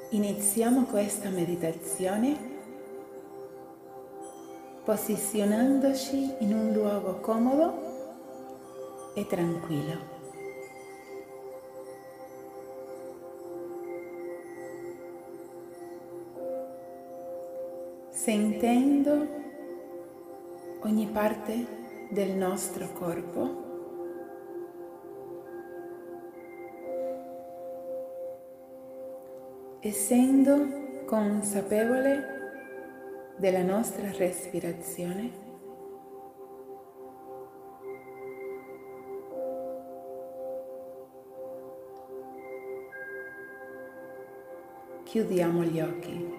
Iniziamo questa meditazione posizionandoci in un luogo comodo e tranquillo. Sentendo ogni parte del nostro corpo. Essendo consapevole della nostra respirazione, chiudiamo gli occhi.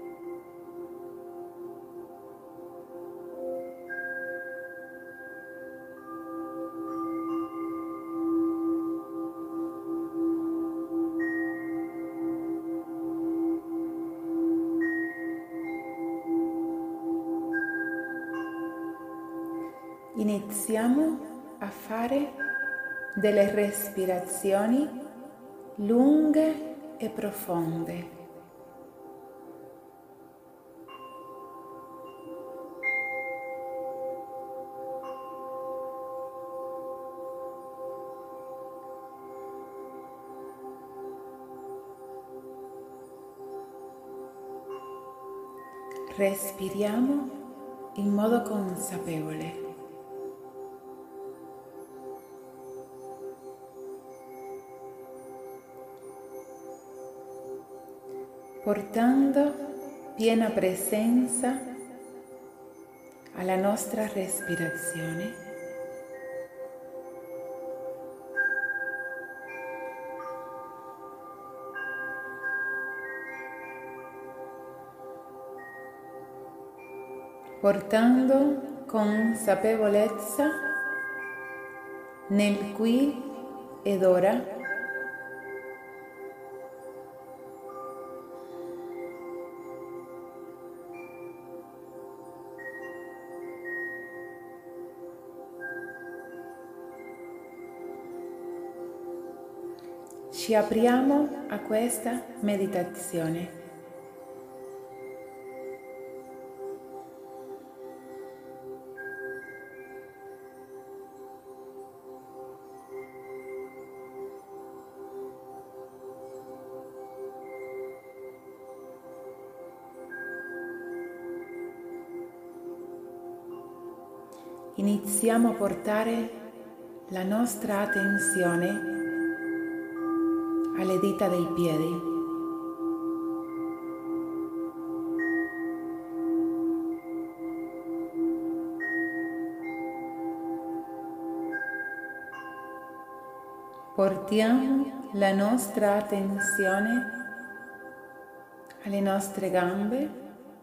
Iniziamo a fare delle respirazioni lunghe e profonde. Respiriamo in modo consapevole. Portando piena presenza alla nostra respirazione. Portando consapevolezza nel qui ed ora. Ci apriamo a questa meditazione. Iniziamo a portare la nostra attenzione alle dita dei piedi. Portiamo la nostra attenzione alle nostre gambe.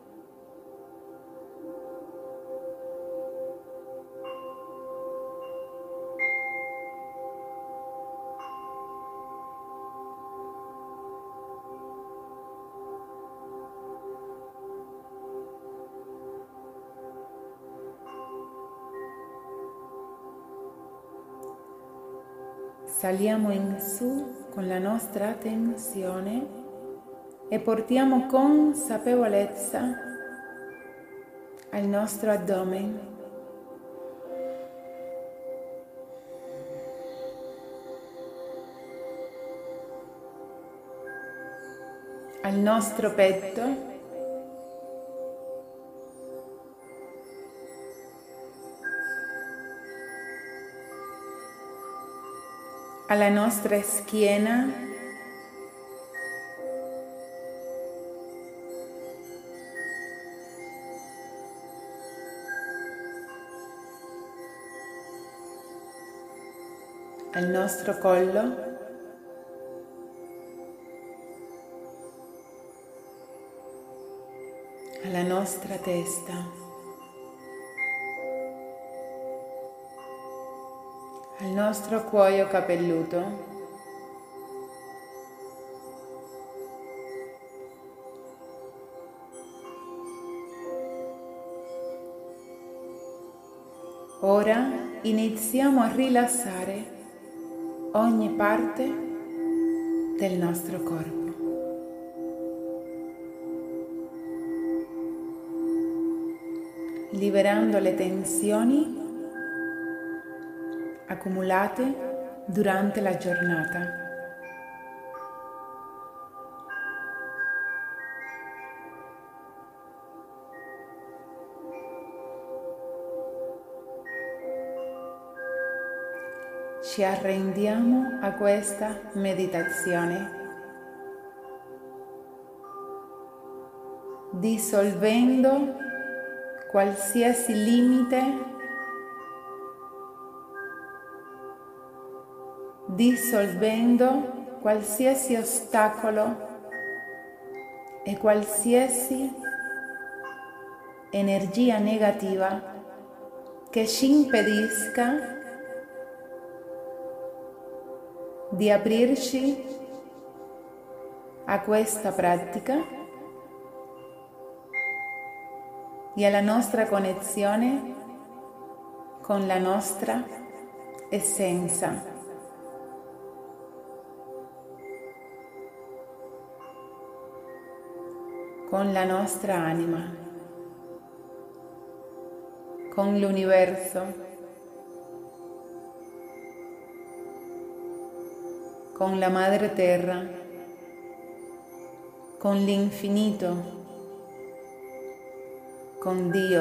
Saliamo in su con la nostra attenzione e portiamo consapevolezza al nostro addome, al nostro petto, alla nostra schiena, al nostro collo, alla nostra testa, al nostro cuoio capelluto, ora iniziamo a rilassare ogni parte del nostro corpo. liberando le tensioni accumulate durante la giornata. Ci arrendiamo a questa meditazione, dissolvendo qualsiasi limite, dissolvendo qualsiasi ostacolo e qualsiasi energia negativa che ci impedisca di aprirci a questa pratica e alla nostra connessione con la nostra essenza. Con la nostra anima, con l'universo, con la Madre Terra, con l'infinito, con Dio.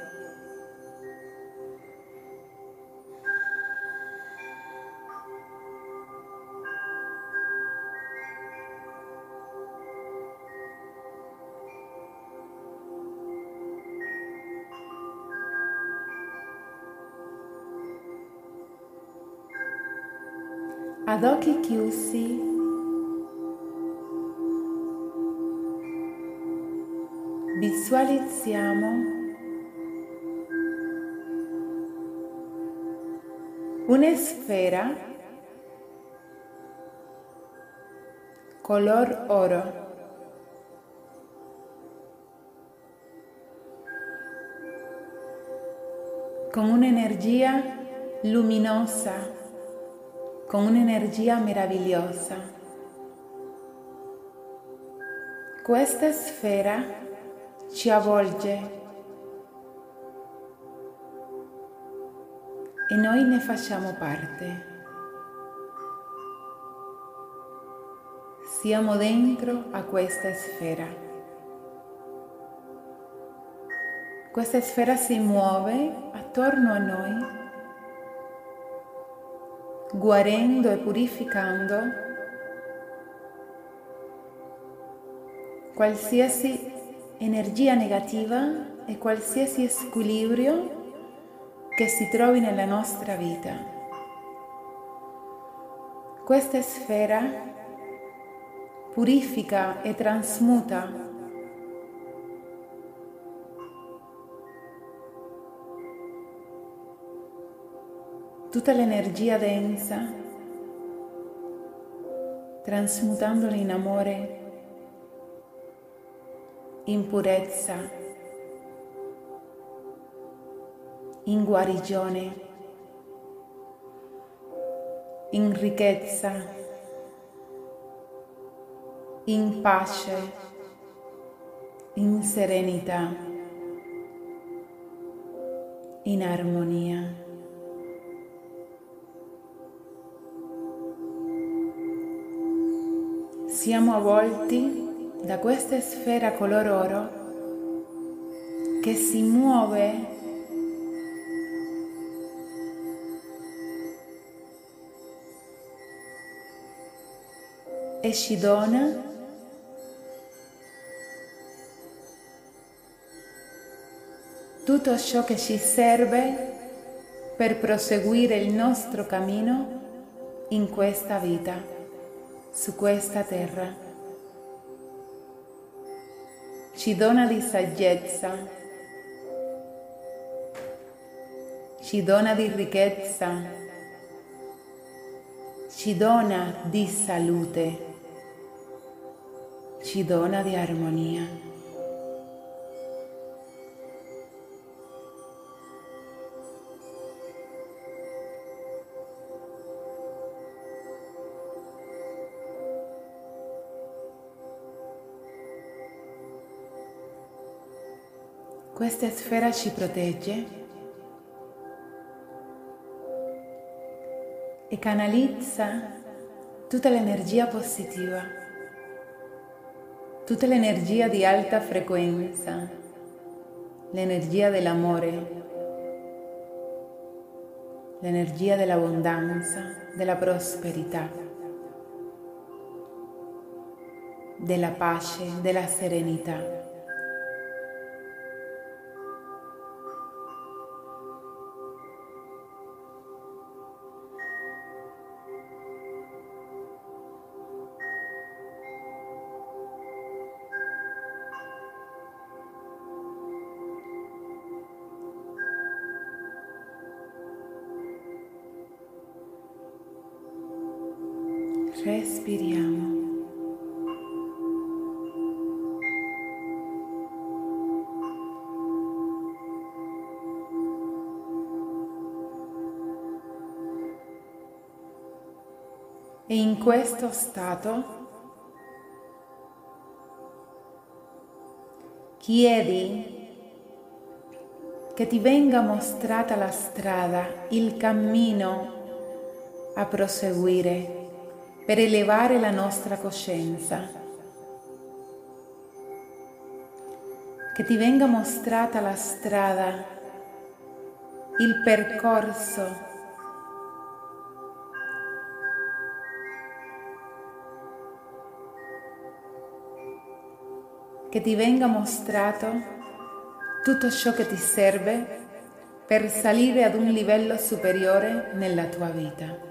Ad occhi chiusi, visualizziamo una sfera color oro, con un'energia luminosa, con un'energia meravigliosa. Questa sfera ci avvolge e noi ne facciamo parte. Siamo dentro a questa sfera. Questa sfera si muove attorno a noi, guarendo e purificando qualsiasi energia negativa e qualsiasi squilibrio che si trovi nella nostra vita. Questa sfera purifica e trasmuta tutta l'energia densa, trasmutandola in amore, in purezza, in guarigione, in ricchezza, in pace, in serenità, in armonia. Siamo avvolti da questa sfera color oro che si muove e ci dona tutto ciò che ci serve per proseguire il nostro cammino in questa vita, su questa terra. Ci dona di saggezza, ci dona di ricchezza, ci dona di salute, ci dona di armonia. Questa sfera ci protegge e canalizza tutta l'energia positiva, tutta l'energia di alta frequenza, l'energia dell'amore, l'energia dell'abbondanza, della prosperità, della pace, della serenità. Respiriamo. E in questo stato chiedi che ti venga mostrata la strada, il cammino a proseguire per elevare la nostra coscienza. Che ti venga mostrata la strada, il percorso che ti venga mostrato tutto ciò che ti serve per salire ad un livello superiore nella tua vita.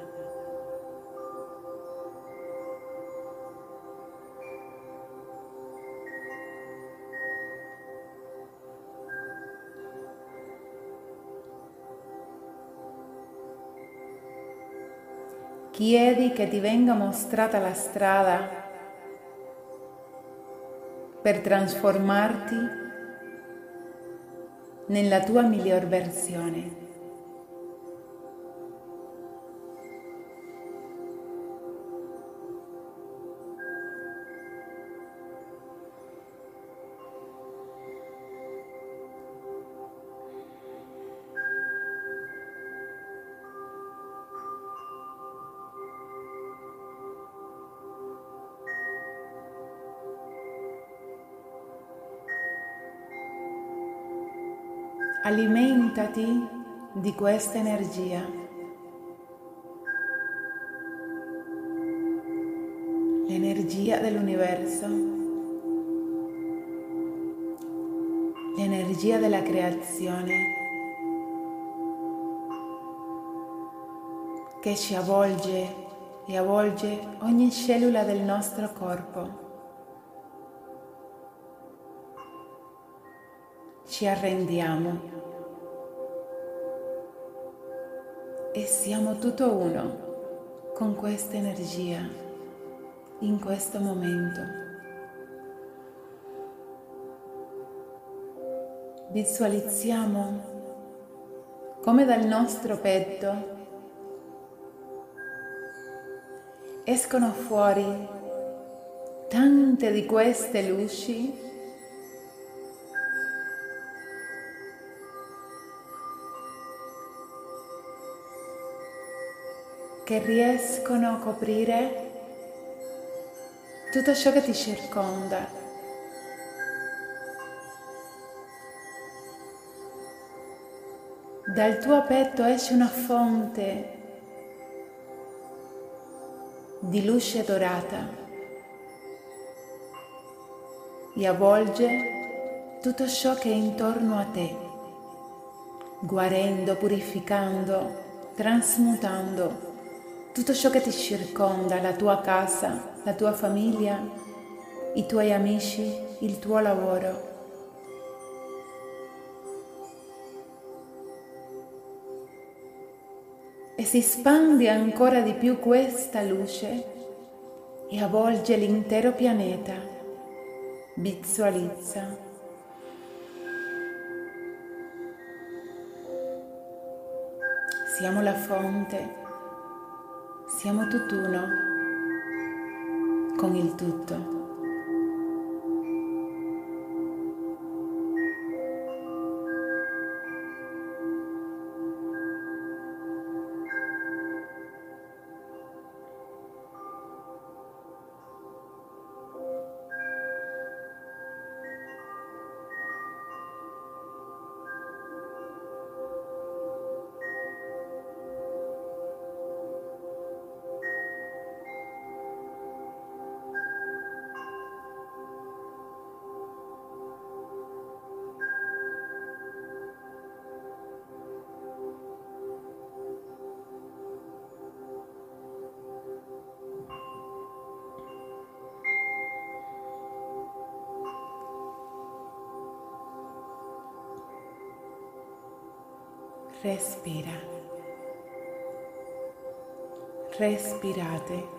Chiedi che ti venga mostrata la strada per trasformarti nella tua miglior versione. Alimentati di questa energia. L'energia dell'universo, l'energia della creazione che ci avvolge e avvolge ogni cellula del nostro corpo. Ci arrendiamo e siamo tutto uno con questa energia in questo momento. Visualizziamo come dal nostro petto escono fuori tante di queste luci che riescono a coprire tutto ciò che ti circonda. Dal tuo petto esce una fonte di luce dorata e avvolge tutto ciò che è intorno a te, guarendo, purificando, trasmutando tutto ciò che ti circonda, la tua casa, la tua famiglia, i tuoi amici, il tuo lavoro. E si spande ancora di più questa luce e avvolge l'intero pianeta. Visualizza. Siamo la fonte. Siamo tutt'uno con il tutto. Respira. Respirate.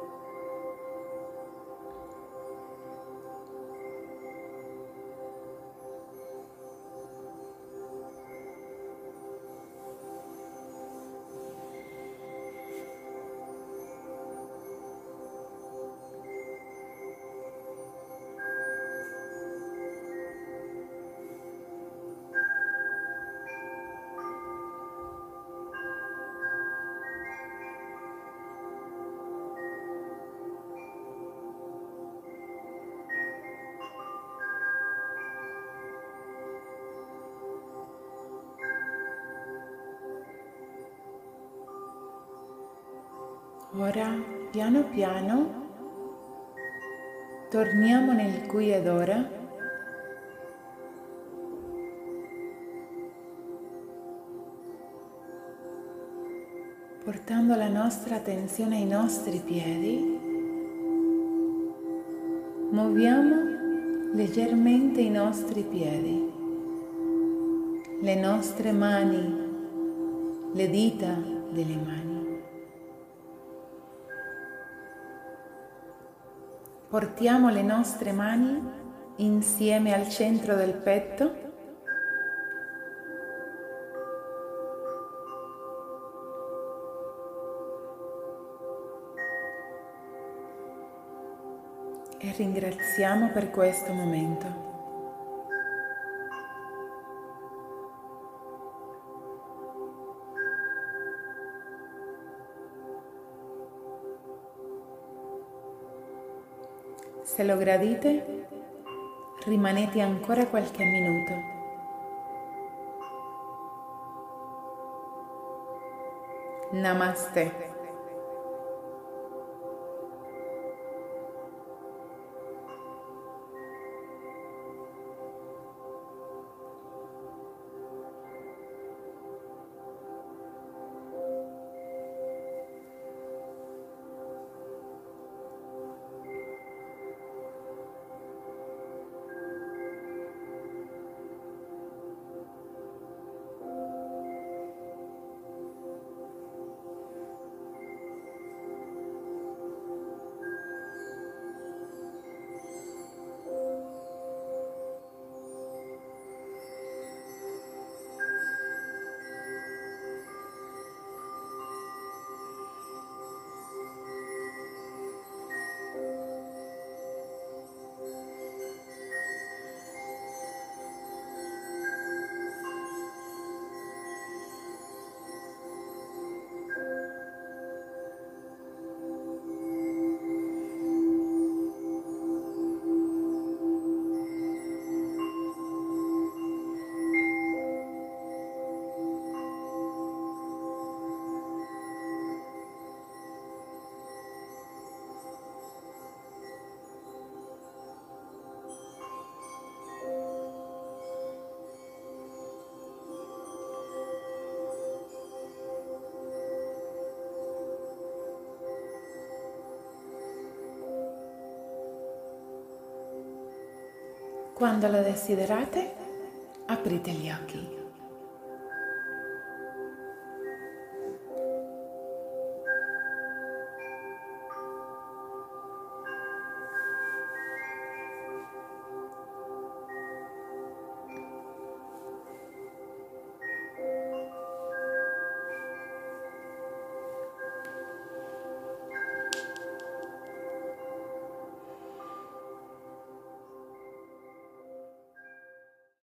Ora, piano piano, torniamo nel qui ed ora, portando la nostra attenzione ai nostri piedi. Muoviamo leggermente i nostri piedi, le nostre mani, le dita delle mani. Portiamo le nostre mani insieme al centro del petto e ringraziamo per questo momento. Se lo gradite, rimanete ancora qualche minuto. Namaste. Quando lo desiderate, aprite gli occhi.